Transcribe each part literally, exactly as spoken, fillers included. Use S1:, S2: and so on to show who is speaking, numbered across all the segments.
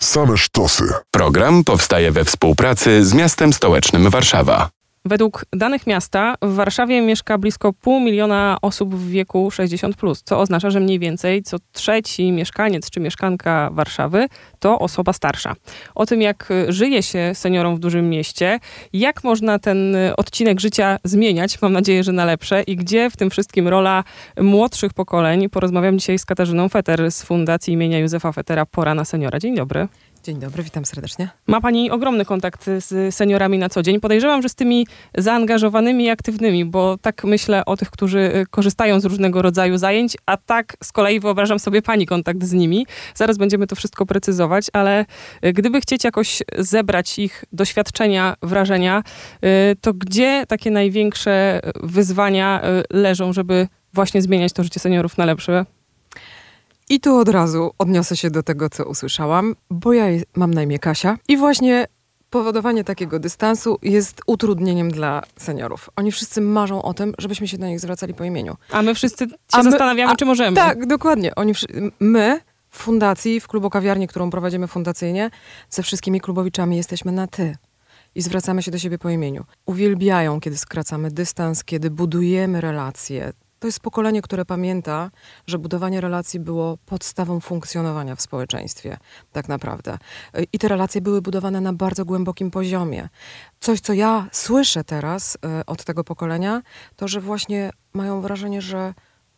S1: Same sztosy.
S2: Program powstaje we współpracy z miastem stołecznym Warszawa.
S3: Według danych miasta w Warszawie mieszka blisko pół miliona osób w wieku sześćdziesiąt plus, co oznacza, że mniej więcej co trzeci mieszkaniec czy mieszkanka Warszawy to osoba starsza. O tym, jak żyje się seniorom w dużym mieście, jak można ten odcinek życia zmieniać, mam nadzieję, że na lepsze, i gdzie w tym wszystkim rola młodszych pokoleń. Porozmawiam dzisiaj z Katarzyną Feter z Fundacji imienia Józefa Fetera Pora na Seniora. Dzień dobry.
S4: Dzień dobry, witam serdecznie.
S3: Ma pani ogromny kontakt z seniorami na co dzień. Podejrzewam, że z tymi zaangażowanymi i aktywnymi, bo tak myślę o tych, którzy korzystają z różnego rodzaju zajęć, a tak z kolei wyobrażam sobie pani kontakt z nimi. Zaraz będziemy to wszystko precyzować, ale gdyby chcieć jakoś zebrać ich doświadczenia, wrażenia, to gdzie takie największe wyzwania leżą, żeby właśnie zmieniać to życie seniorów na lepsze?
S4: I tu od razu odniosę się do tego, co usłyszałam, bo ja mam na imię Kasia i właśnie powodowanie takiego dystansu jest utrudnieniem dla seniorów. Oni wszyscy marzą o tym, żebyśmy się do nich zwracali po imieniu.
S3: A my wszyscy się
S4: A my,
S3: zastanawiamy,
S4: a,
S3: czy możemy.
S4: Tak, dokładnie. Oni, my w fundacji, w klubu kawiarni, którą prowadzimy fundacyjnie, ze wszystkimi klubowiczami jesteśmy na ty. I zwracamy się do siebie po imieniu. Uwielbiają, kiedy skracamy dystans, kiedy budujemy relacje. To jest pokolenie, które pamięta, że budowanie relacji było podstawą funkcjonowania w społeczeństwie, tak naprawdę. I te relacje były budowane na bardzo głębokim poziomie. Coś, co ja słyszę teraz y, od tego pokolenia, to, że właśnie mają wrażenie, że,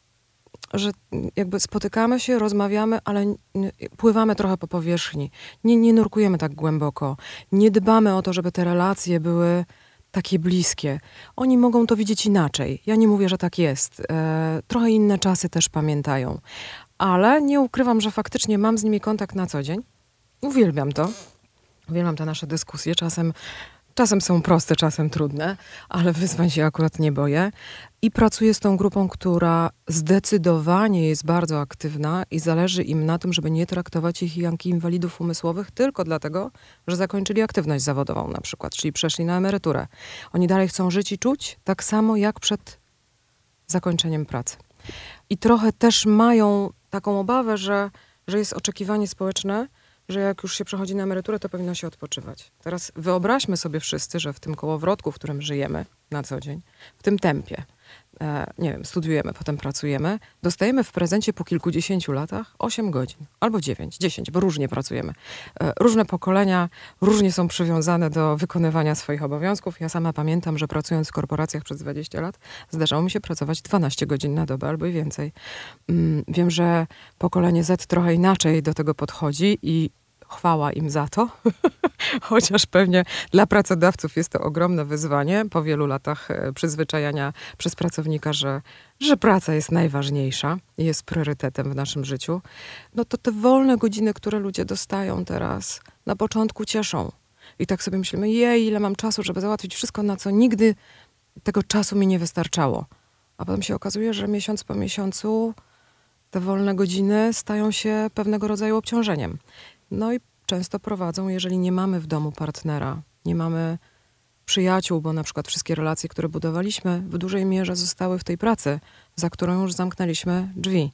S4: że jakby spotykamy się, rozmawiamy, ale n- pływamy trochę po powierzchni. Nie, nie nurkujemy tak głęboko. Nie dbamy o to, żeby te relacje były takie bliskie. Oni mogą to widzieć inaczej. Ja nie mówię, że tak jest. E, trochę inne czasy też pamiętają. Ale nie ukrywam, że faktycznie mam z nimi kontakt na co dzień. Uwielbiam to. Uwielbiam te nasze dyskusje. Czasem, czasem są proste, czasem trudne, ale wyzwań się akurat nie boję. I pracuję z tą grupą, która zdecydowanie jest bardzo aktywna i zależy im na tym, żeby nie traktować ich jak inwalidów umysłowych tylko dlatego, że zakończyli aktywność zawodową na przykład, czyli przeszli na emeryturę. Oni dalej chcą żyć i czuć tak samo jak przed zakończeniem pracy. I trochę też mają taką obawę, że, że jest oczekiwanie społeczne, że jak już się przechodzi na emeryturę, to powinno się odpoczywać. Teraz wyobraźmy sobie wszyscy, że w tym kołowrotku, w którym żyjemy na co dzień, w tym tempie, e, nie wiem, studiujemy, potem pracujemy, dostajemy w prezencie po kilkudziesięciu latach osiem godzin, albo dziewięć, dziesięć, bo różnie pracujemy. E, różne pokolenia różnie są przywiązane do wykonywania swoich obowiązków. Ja sama pamiętam, że pracując w korporacjach przez dwadzieścia lat, zdarzało mi się pracować dwanaście godzin na dobę albo i więcej. Mm, wiem, że pokolenie Z trochę inaczej do tego podchodzi i chwała im za to, chociaż pewnie dla pracodawców jest to ogromne wyzwanie po wielu latach przyzwyczajania przez pracownika, że, że praca jest najważniejsza i jest priorytetem w naszym życiu. No to te wolne godziny, które ludzie dostają teraz, na początku cieszą. I tak sobie myślimy, jej, ile mam czasu, żeby załatwić wszystko, na co nigdy tego czasu mi nie wystarczało. A potem się okazuje, że miesiąc po miesiącu te wolne godziny stają się pewnego rodzaju obciążeniem. No i często prowadzą, jeżeli nie mamy w domu partnera, nie mamy przyjaciół, bo na przykład wszystkie relacje, które budowaliśmy, w dużej mierze zostały w tej pracy, za którą już zamknęliśmy drzwi.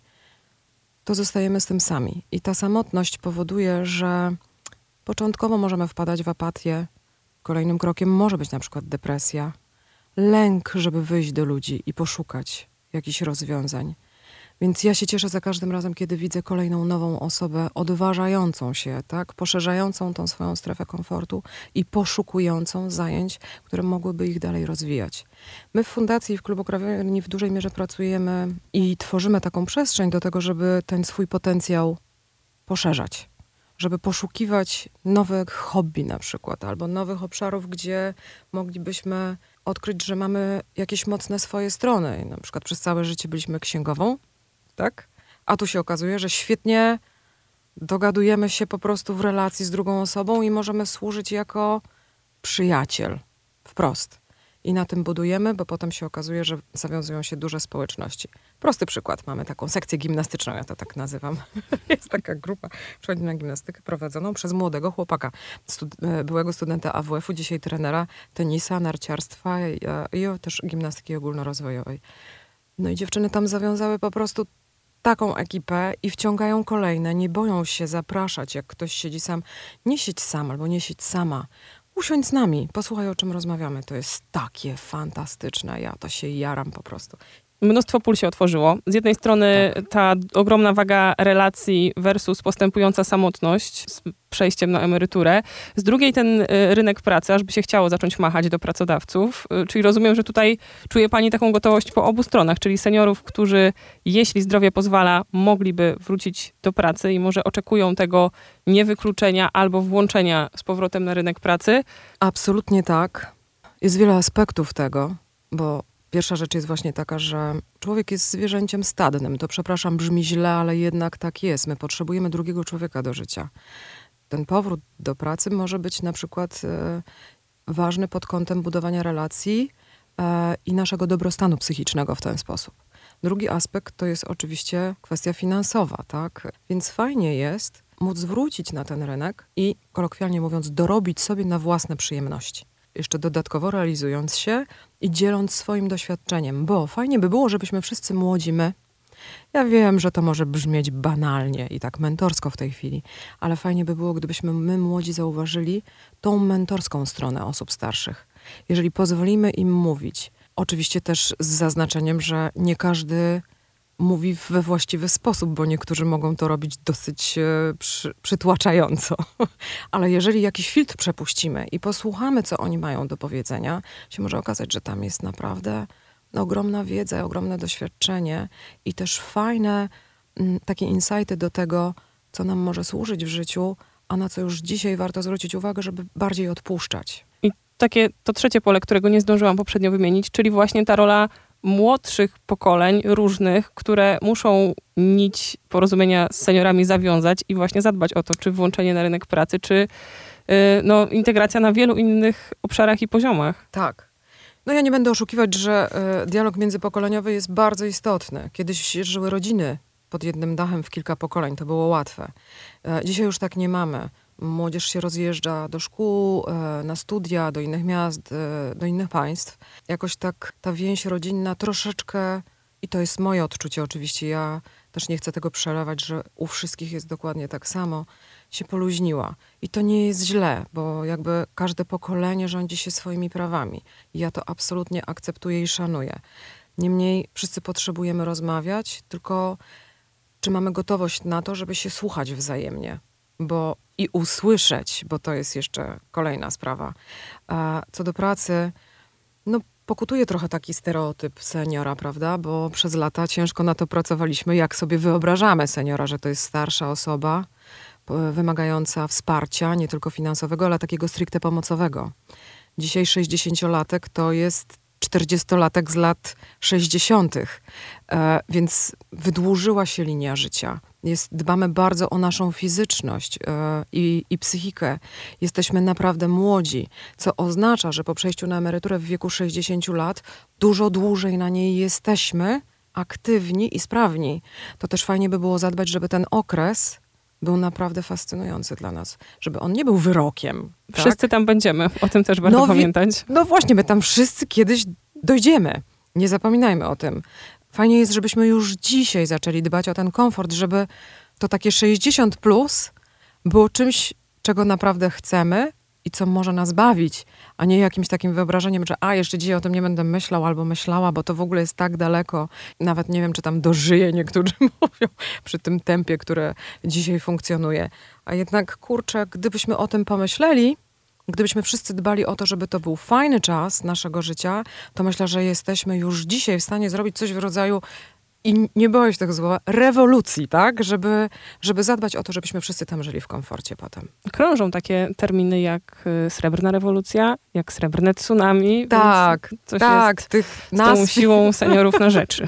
S4: To zostajemy z tym sami. I ta samotność powoduje, że początkowo możemy wpadać w apatię. Kolejnym krokiem może być na przykład depresja, lęk, żeby wyjść do ludzi i poszukać jakichś rozwiązań. Więc ja się cieszę za każdym razem, kiedy widzę kolejną nową osobę odważającą się, tak, poszerzającą tą swoją strefę komfortu i poszukującą zajęć, które mogłyby ich dalej rozwijać. My w Fundacji, w Klubu Kawiarni w dużej mierze pracujemy i tworzymy taką przestrzeń do tego, żeby ten swój potencjał poszerzać. Żeby poszukiwać nowych hobby na przykład, albo nowych obszarów, gdzie moglibyśmy odkryć, że mamy jakieś mocne swoje strony. Na przykład przez całe życie byliśmy księgową, tak? A tu się okazuje, że świetnie dogadujemy się po prostu w relacji z drugą osobą i możemy służyć jako przyjaciel. Wprost. I na tym budujemy, bo potem się okazuje, że zawiązują się duże społeczności. Prosty przykład. Mamy taką sekcję gimnastyczną, ja to tak nazywam. Jest taka grupa, przychodzi na gimnastykę prowadzoną przez młodego chłopaka, stud- byłego studenta A W F-u, dzisiaj trenera tenisa, narciarstwa i, i też gimnastyki ogólnorozwojowej. No i dziewczyny tam zawiązały po prostu taką ekipę i wciągają kolejne. Nie boją się zapraszać, jak ktoś siedzi sam. Nie siedź sam albo nie siedź sama. Usiądź z nami, posłuchaj, o czym rozmawiamy. To jest takie fantastyczne. Ja to się jaram po prostu.
S3: Mnóstwo pól się otworzyło. Z jednej strony
S4: Tak.
S3: ta ogromna waga relacji versus postępująca samotność z przejściem na emeryturę. Z drugiej ten y, rynek pracy, aż by się chciało zacząć machać do pracodawców. Y, czyli rozumiem, że tutaj czuje pani taką gotowość po obu stronach, czyli seniorów, którzy, jeśli zdrowie pozwala, mogliby wrócić do pracy i może oczekują tego niewykluczenia albo włączenia z powrotem na rynek pracy.
S4: Absolutnie tak. Jest wiele aspektów tego, bo pierwsza rzecz jest właśnie taka, że człowiek jest zwierzęciem stadnym. To, przepraszam, brzmi źle, ale jednak tak jest. My potrzebujemy drugiego człowieka do życia. Ten powrót do pracy może być na przykład e, ważny pod kątem budowania relacji e, i naszego dobrostanu psychicznego w ten sposób. Drugi aspekt to jest oczywiście kwestia finansowa, tak? Więc fajnie jest móc wrócić na ten rynek i, kolokwialnie mówiąc, dorobić sobie na własne przyjemności. Jeszcze dodatkowo realizując się i dzieląc swoim doświadczeniem, bo fajnie by było, żebyśmy wszyscy młodzi my, ja wiem, że to może brzmieć banalnie i tak mentorsko w tej chwili, ale fajnie by było, gdybyśmy my młodzi zauważyli tą mentorską stronę osób starszych. Jeżeli pozwolimy im mówić, oczywiście też z zaznaczeniem, że nie każdy mówi we właściwy sposób, bo niektórzy mogą to robić dosyć e, przy, przytłaczająco. Ale jeżeli jakiś filtr przepuścimy i posłuchamy, co oni mają do powiedzenia, się może okazać, że tam jest naprawdę ogromna wiedza, ogromne doświadczenie i też fajne m, takie insighty do tego, co nam może służyć w życiu, a na co już dzisiaj warto zwrócić uwagę, żeby bardziej odpuszczać.
S3: I takie to trzecie pole, którego nie zdążyłam poprzednio wymienić, czyli właśnie ta rola młodszych pokoleń, różnych, które muszą nić porozumienia z seniorami zawiązać i właśnie zadbać o to, czy włączenie na rynek pracy, czy yy, no, integracja na wielu innych obszarach i poziomach.
S4: Tak. No ja nie będę oszukiwać, że y, dialog międzypokoleniowy jest bardzo istotny. Kiedyś żyły rodziny pod jednym dachem w kilka pokoleń, to było łatwe. Y, dzisiaj już tak nie mamy. Młodzież się rozjeżdża do szkół, y, na studia, do innych miast, y, do innych państw. Jakoś tak ta więź rodzinna troszeczkę, i to jest moje odczucie oczywiście, ja też nie chcę tego przelewać, że u wszystkich jest dokładnie tak samo, się poluźniła. I to nie jest źle, bo jakby każde pokolenie rządzi się swoimi prawami. I ja to absolutnie akceptuję i szanuję. Niemniej wszyscy potrzebujemy rozmawiać, tylko czy mamy gotowość na to, żeby się słuchać wzajemnie, bo i usłyszeć, bo to jest jeszcze kolejna sprawa. A co do pracy, no pokutuje trochę taki stereotyp seniora, prawda? Bo przez lata ciężko na to pracowaliśmy, jak sobie wyobrażamy seniora, że to jest starsza osoba, wymagająca wsparcia, nie tylko finansowego, ale takiego stricte pomocowego. Dzisiaj sześćdziesięciolatek to jest czterdziestolatek z lat sześćdziesiątych, e, więc wydłużyła się linia życia. Jest, dbamy bardzo o naszą fizyczność e, i, i psychikę. Jesteśmy naprawdę młodzi, co oznacza, że po przejściu na emeryturę w wieku sześćdziesięciu lat dużo dłużej na niej jesteśmy, aktywni i sprawni. To też fajnie by było zadbać, żeby ten okres był naprawdę fascynujący dla nas. Żeby on nie był wyrokiem.
S3: Wszyscy
S4: tak?
S3: tam będziemy, o tym też warto
S4: No,
S3: pamiętać.
S4: No właśnie, my tam wszyscy kiedyś dojdziemy. Nie zapominajmy o tym. Fajnie jest, żebyśmy już dzisiaj zaczęli dbać o ten komfort, żeby to takie sześćdziesiąt plus było czymś, czego naprawdę chcemy i co może nas bawić, a nie jakimś takim wyobrażeniem, że a, jeszcze dzisiaj o tym nie będę myślał albo myślała, bo to w ogóle jest tak daleko. Nawet nie wiem, czy tam dożyję, niektórzy mówią, przy tym tempie, które dzisiaj funkcjonuje. A jednak, kurczę, gdybyśmy o tym pomyśleli, gdybyśmy wszyscy dbali o to, żeby to był fajny czas naszego życia, to myślę, że jesteśmy już dzisiaj w stanie zrobić coś w rodzaju, i nie boję się tego słowa, rewolucji, tak? Żeby, żeby zadbać o to, żebyśmy wszyscy tam żyli w komforcie potem.
S3: Krążą takie terminy jak y, srebrna rewolucja, jak srebrne tsunami.
S4: Tak,
S3: coś
S4: tak.
S3: jest
S4: Tych
S3: z tą
S4: nazw,
S3: siłą seniorów na rzeczy.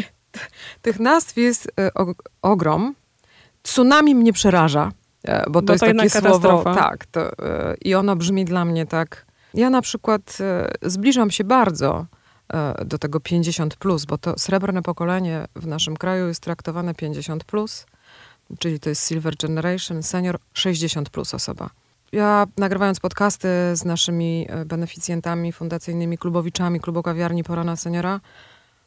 S4: tych nazw jest y, o, ogrom. Tsunami mnie przeraża, y, bo to
S3: Bo
S4: jest
S3: to
S4: takie
S3: jednak
S4: słowo.
S3: katastrofa.
S4: Tak, to, y, i ono brzmi dla mnie tak. Ja na przykład y, zbliżam się bardzo do tego pięćdziesiąt plus, bo to srebrne pokolenie w naszym kraju jest traktowane pięćdziesiąt plus, czyli to jest Silver Generation, senior sześćdziesiąt plus osoba. Ja nagrywając podcasty z naszymi beneficjentami fundacyjnymi, klubowiczami, klubu kawiarni Pora na Seniora,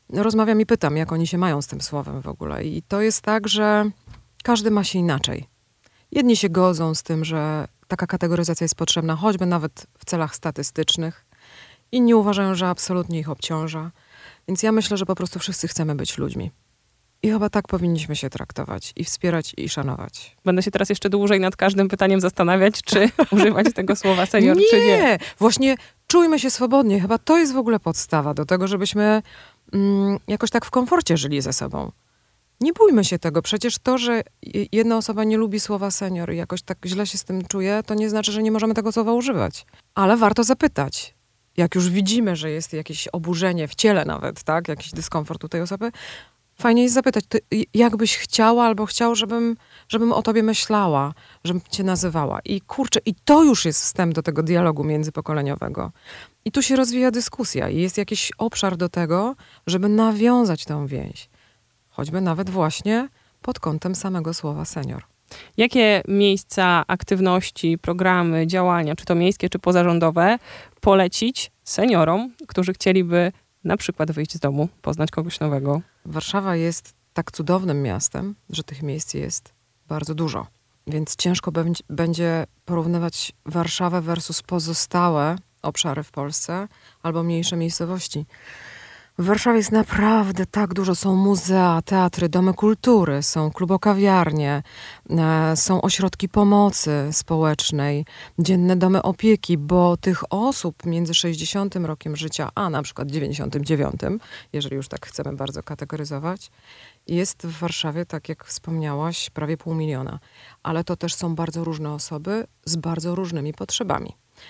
S4: rozmawiam i pytam, jak oni się mają z tym słowem w ogóle. I to jest tak, że każdy ma się inaczej. Jedni się godzą z tym, że taka kategoryzacja jest potrzebna, choćby nawet w celach statystycznych. Inni uważają, że absolutnie ich obciąża. Więc ja myślę, że po prostu wszyscy chcemy być ludźmi. I chyba tak powinniśmy się traktować i wspierać i szanować.
S3: Będę się teraz jeszcze dłużej nad każdym pytaniem zastanawiać, czy używać tego słowa senior,
S4: nie,
S3: czy nie.
S4: Nie, właśnie czujmy się swobodnie. Chyba to jest w ogóle podstawa do tego, żebyśmy mm, jakoś tak w komforcie żyli ze sobą. Nie bójmy się tego. Przecież to, że jedna osoba nie lubi słowa senior i jakoś tak źle się z tym czuje, to nie znaczy, że nie możemy tego słowa używać. Ale warto zapytać. Jak już widzimy, że jest jakieś oburzenie w ciele nawet, tak, jakiś dyskomfort u tej osoby, fajnie jest zapytać, ty, jak byś chciała albo chciał, żebym, żebym o tobie myślała, żebym cię nazywała. I kurczę, i to już jest wstęp do tego dialogu międzypokoleniowego. I tu się rozwija dyskusja i jest jakiś obszar do tego, żeby nawiązać tę więź. Choćby nawet właśnie pod kątem samego słowa senior.
S3: Jakie miejsca, aktywności, programy, działania, czy to miejskie, czy pozarządowe, polecić seniorom, którzy chcieliby na przykład wyjść z domu, poznać kogoś nowego?
S4: Warszawa jest tak cudownym miastem, że tych miejsc jest bardzo dużo. Więc ciężko będzie, będzie porównywać Warszawę versus pozostałe obszary w Polsce albo mniejsze miejscowości. W Warszawie jest naprawdę tak dużo. Są muzea, teatry, domy kultury, są klubokawiarnie, e, są ośrodki pomocy społecznej, dzienne domy opieki, bo tych osób między sześćdziesiątym rokiem życia, a na przykład dziewięćdziesiątym dziewiątym, jeżeli już tak chcemy bardzo kategoryzować, jest w Warszawie, tak jak wspomniałaś, prawie pół miliona. Ale to też są bardzo różne osoby z bardzo różnymi potrzebami.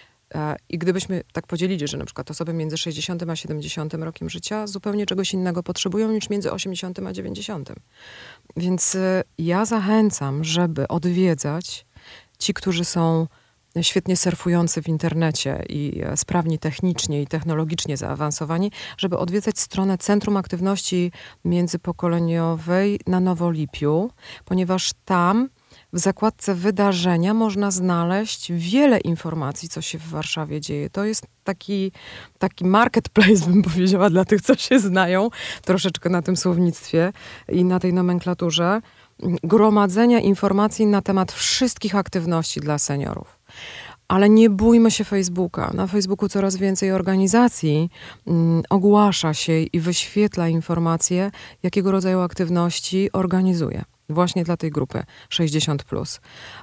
S4: I gdybyśmy tak podzielili, że na przykład osoby między sześćdziesiątym a siedemdziesiątym rokiem życia zupełnie czegoś innego potrzebują niż między osiemdziesiątym a dziewięćdziesiątym. Więc ja zachęcam, żeby odwiedzać ci, którzy są świetnie surfujący w internecie i sprawni technicznie i technologicznie zaawansowani, żeby odwiedzać stronę Centrum Aktywności Międzypokoleniowej na Nowolipiu, ponieważ tam w zakładce wydarzenia można znaleźć wiele informacji, co się w Warszawie dzieje. To jest taki, taki marketplace, bym powiedziała, dla tych, co się znają troszeczkę na tym słownictwie i na tej nomenklaturze, gromadzenia informacji na temat wszystkich aktywności dla seniorów. Ale nie bójmy się Facebooka. Na Facebooku coraz więcej organizacji mm, ogłasza się i wyświetla informacje, jakiego rodzaju aktywności organizuje. Właśnie dla tej grupy sześćdziesiąt plus.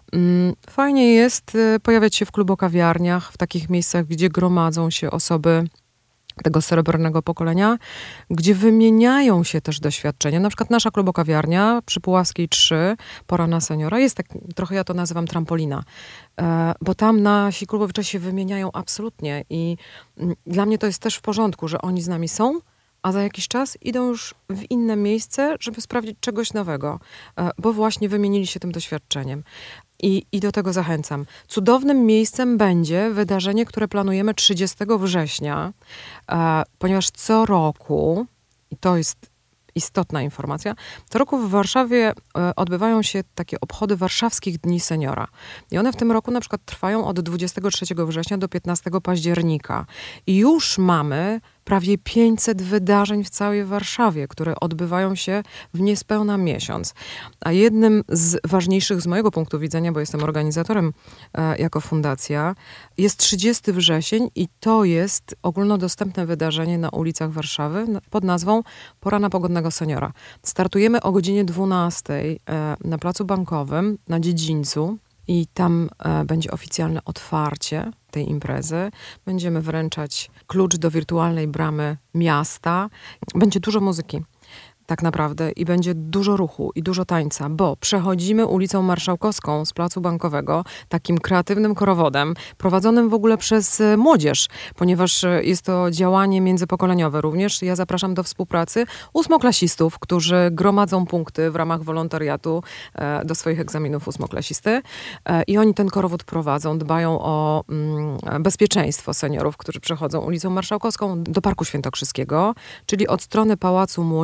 S4: Fajnie jest pojawiać się w klubokawiarniach, w takich miejscach, gdzie gromadzą się osoby tego srebrnego pokolenia, gdzie wymieniają się też doświadczenia. Na przykład nasza klubokawiarnia przy Puławskiej trzy, Pora na seniora, jest tak, trochę ja to nazywam trampolina, bo tam nasi klubowicze się wymieniają absolutnie i dla mnie to jest też w porządku, że oni z nami są, a za jakiś czas idą już w inne miejsce, żeby sprawdzić czegoś nowego, bo właśnie wymienili się tym doświadczeniem. I, I do tego zachęcam. Cudownym miejscem będzie wydarzenie, które planujemy trzydziestego września, ponieważ co roku, i to jest istotna informacja, co roku w Warszawie odbywają się takie obchody warszawskich Dni Seniora. I one w tym roku na przykład trwają od dwudziestego trzeciego września do piętnastego października. I już mamy prawie pięćset wydarzeń w całej Warszawie, które odbywają się w niespełna miesiąc. A jednym z ważniejszych z mojego punktu widzenia, bo jestem organizatorem e, jako fundacja, jest trzydziestego września i to jest ogólnodostępne wydarzenie na ulicach Warszawy pod nazwą Porana Pogodnego Seniora. Startujemy o godzinie dwunastej e, na Placu Bankowym, na Dziedzińcu. I tam e, będzie oficjalne otwarcie tej imprezy. Będziemy wręczać klucz do wirtualnej bramy miasta. Będzie dużo muzyki, tak naprawdę. I będzie dużo ruchu i dużo tańca, bo przechodzimy ulicą Marszałkowską z Placu Bankowego takim kreatywnym korowodem, prowadzonym w ogóle przez młodzież, ponieważ jest to działanie międzypokoleniowe również. Ja zapraszam do współpracy ósmoklasistów, którzy gromadzą punkty w ramach wolontariatu e, do swoich egzaminów ósmoklasisty. E, I oni ten korowód prowadzą, dbają o mm, bezpieczeństwo seniorów, którzy przechodzą ulicą Marszałkowską do Parku Świętokrzyskiego, czyli od strony Pałacu Młodzieży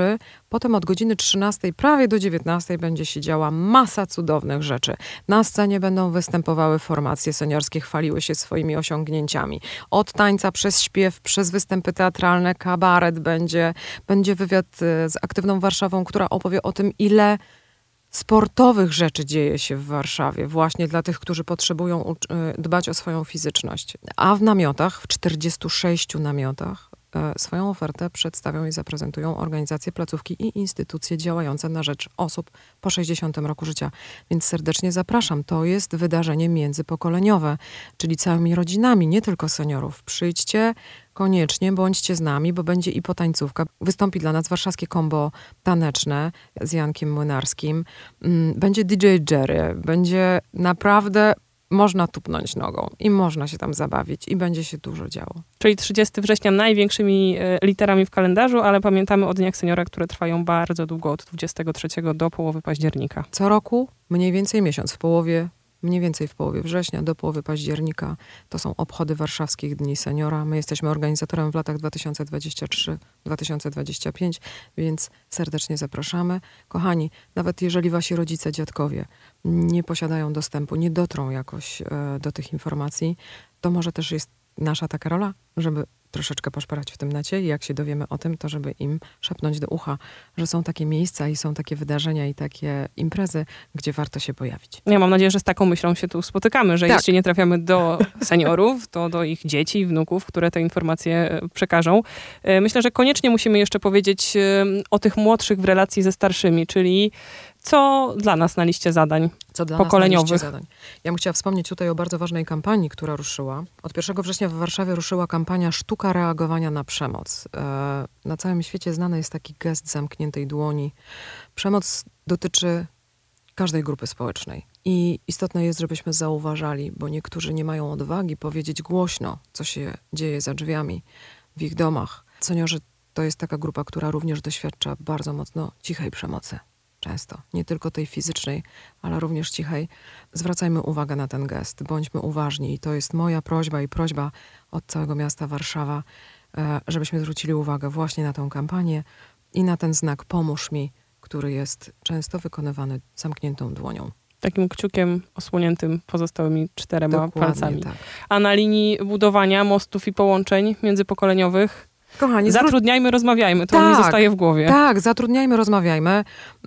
S4: trzy. Potem od godziny trzynastej prawie do dziewiętnastej będzie się działa masa cudownych rzeczy. Na scenie będą występowały formacje seniorskie, chwaliły się swoimi osiągnięciami. Od tańca przez śpiew, przez występy teatralne, kabaret będzie, będzie wywiad z Aktywną Warszawą, która opowie o tym, ile sportowych rzeczy dzieje się w Warszawie, właśnie dla tych, którzy potrzebują dbać o swoją fizyczność. A w namiotach, w czterdziestu sześciu namiotach, swoją ofertę przedstawią i zaprezentują organizacje, placówki i instytucje działające na rzecz osób po sześćdziesiątym roku życia. Więc serdecznie zapraszam. To jest wydarzenie międzypokoleniowe, czyli całymi rodzinami, nie tylko seniorów. Przyjdźcie, koniecznie, bądźcie z nami, bo będzie i potańcówka. Wystąpi dla nas warszawskie kombo taneczne z Jankiem Młynarskim. Będzie D J Jerry. Będzie naprawdę... Można tupnąć nogą i można się tam zabawić i będzie się dużo działo.
S3: Czyli trzydziestego września największymi literami w kalendarzu, ale pamiętamy o Dniach Seniora, które trwają bardzo długo, od dwudziestego trzeciego do połowy października.
S4: Co roku mniej więcej miesiąc, w połowie, mniej więcej w połowie września do połowy października. To są obchody warszawskich Dni Seniora. My jesteśmy organizatorem w latach dwa tysiące dwudziestym trzecim do dwa tysiące dwudziestego piątego, więc serdecznie zapraszamy. Kochani, nawet jeżeli wasi rodzice, dziadkowie nie posiadają dostępu, nie dotrą jakoś e, do tych informacji, to może też jest nasza taka rola, żeby troszeczkę poszperać w tym necie i jak się dowiemy o tym, to żeby im szepnąć do ucha, że są takie miejsca i są takie wydarzenia i takie imprezy, gdzie warto się pojawić.
S3: Ja mam nadzieję, że z taką myślą się tu spotykamy, że
S4: tak.
S3: jeśli nie trafiamy do seniorów, to do ich dzieci, wnuków, które te informacje przekażą. Myślę, że koniecznie musimy jeszcze powiedzieć o tych młodszych w relacji ze starszymi, czyli co dla nas na liście zadań
S4: Co dla
S3: pokoleniowych.
S4: nas na liście zadań. Ja bym chciała wspomnieć tutaj o bardzo ważnej kampanii, która ruszyła. Od pierwszego września w Warszawie ruszyła kampania Sztuka reagowania na przemoc. Na całym świecie znany jest taki gest zamkniętej dłoni. Przemoc dotyczy każdej grupy społecznej. I istotne jest, żebyśmy zauważali, bo niektórzy nie mają odwagi powiedzieć głośno, co się dzieje za drzwiami, w ich domach. Seniorzy to jest taka grupa, która również doświadcza bardzo mocno cichej przemocy. Często. Nie tylko tej fizycznej, ale również cichej. Zwracajmy uwagę na ten gest. Bądźmy uważni. I to jest moja prośba i prośba od całego miasta Warszawa, żebyśmy zwrócili uwagę właśnie na tę kampanię i na ten znak pomóż mi, który jest często wykonywany zamkniętą dłonią.
S3: Takim kciukiem osłoniętym pozostałymi czterema
S4: Dokładnie
S3: palcami.
S4: tak.
S3: A na linii budowania mostów i połączeń międzypokoleniowych
S4: Kochani,
S3: zatrudniajmy, rozmawiajmy. To
S4: tak,
S3: mi zostaje w głowie.
S4: Tak, zatrudniajmy, rozmawiajmy.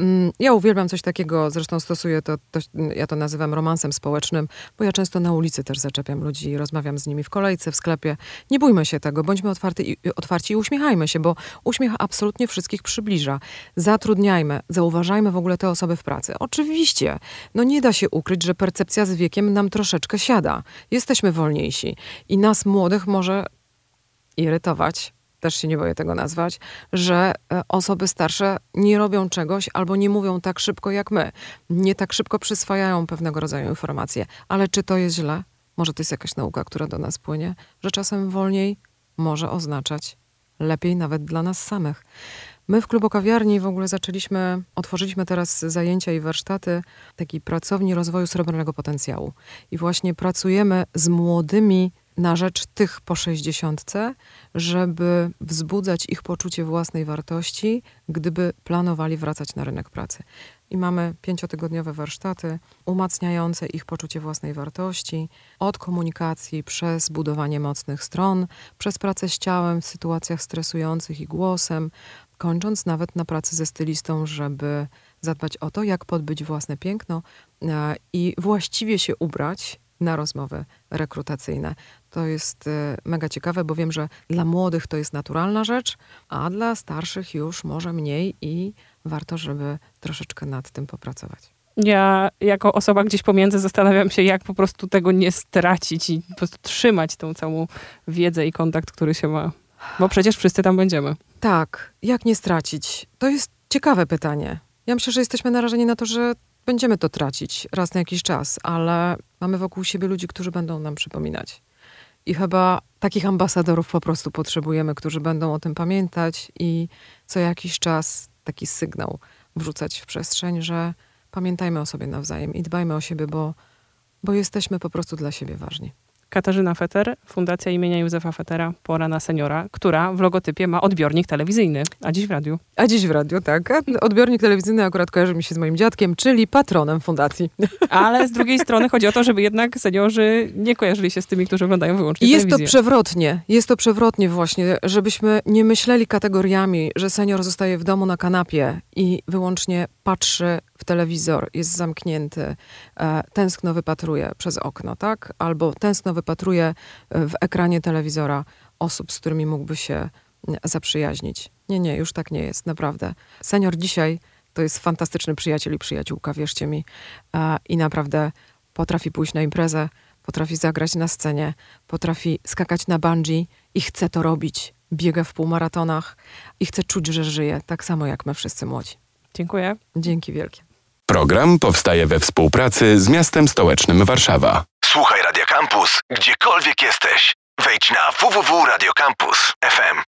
S4: Ja uwielbiam coś takiego, zresztą stosuję to, to, ja to nazywam romansem społecznym, bo ja często na ulicy też zaczepiam ludzi i rozmawiam z nimi w kolejce, w sklepie. Nie bójmy się tego, bądźmy otwarty i, otwarci i uśmiechajmy się, bo uśmiech absolutnie wszystkich przybliża. Zatrudniajmy, zauważajmy w ogóle te osoby w pracy. Oczywiście, no nie da się ukryć, że percepcja z wiekiem nam troszeczkę siada. Jesteśmy wolniejsi i nas młodych może irytować, też się nie boję tego nazwać, że osoby starsze nie robią czegoś albo nie mówią tak szybko jak my. Nie tak szybko przyswajają pewnego rodzaju informacje. Ale czy to jest źle? Może to jest jakaś nauka, która do nas płynie? Że czasem wolniej może oznaczać lepiej nawet dla nas samych. My w Klubu Kawiarni w ogóle zaczęliśmy, otworzyliśmy teraz zajęcia i warsztaty takiej pracowni rozwoju srebrnego potencjału. I właśnie pracujemy z młodymi na rzecz tych po sześćdziesiątce, żeby wzbudzać ich poczucie własnej wartości, gdyby planowali wracać na rynek pracy. I mamy pięciotygodniowe warsztaty umacniające ich poczucie własnej wartości, od komunikacji przez budowanie mocnych stron, przez pracę z ciałem w sytuacjach stresujących i głosem, kończąc nawet na pracy ze stylistą, żeby zadbać o to, jak podbyć własne piękno i właściwie się ubrać na rozmowy rekrutacyjne. To jest mega ciekawe, bo wiem, że dla młodych to jest naturalna rzecz, a dla starszych już może mniej i warto, żeby troszeczkę nad tym popracować.
S3: Ja jako osoba gdzieś pomiędzy zastanawiam się, jak po prostu tego nie stracić i po prostu trzymać tą całą wiedzę i kontakt, który się ma. Bo przecież wszyscy tam będziemy.
S4: Tak, jak nie stracić? To jest ciekawe pytanie. Ja myślę, że jesteśmy narażeni na to, że będziemy to tracić raz na jakiś czas, ale mamy wokół siebie ludzi, którzy będą nam przypominać. I chyba takich ambasadorów po prostu potrzebujemy, którzy będą o tym pamiętać i co jakiś czas taki sygnał wrzucać w przestrzeń, że pamiętajmy o sobie nawzajem i dbajmy o siebie, bo, bo jesteśmy po prostu dla siebie ważni.
S3: Katarzyna Feter, Fundacja imienia Józefa Fetera, Pora na seniora, która w logotypie ma odbiornik telewizyjny, a dziś w radiu.
S4: A dziś w radiu, tak. A odbiornik telewizyjny akurat kojarzy mi się z moim dziadkiem, czyli patronem fundacji.
S3: Ale z drugiej strony chodzi o to, żeby jednak seniorzy nie kojarzyli się z tymi, którzy oglądają wyłącznie
S4: I jest
S3: telewizję.
S4: to przewrotnie. Jest to przewrotnie właśnie, żebyśmy nie myśleli kategoriami, że senior zostaje w domu na kanapie i wyłącznie patrzy w telewizor, jest zamknięty, e, tęskno wypatruje przez okno, tak? Albo tęskno wypatruje w ekranie telewizora osób, z którymi mógłby się zaprzyjaźnić. Nie, nie, już tak nie jest, naprawdę. Senior dzisiaj to jest fantastyczny przyjaciel i przyjaciółka, wierzcie mi. E, I naprawdę potrafi pójść na imprezę, potrafi zagrać na scenie, potrafi skakać na bungee i chce to robić. Biega w półmaratonach i chce czuć, że żyje, tak samo jak my wszyscy młodzi.
S3: Dziękuję.
S4: Dzięki wielkie.
S2: Program powstaje we współpracy z miastem stołecznym Warszawa.
S1: Słuchaj Radio Campus, gdziekolwiek jesteś. Wejdź na w w w kropka radio campus kropka f m.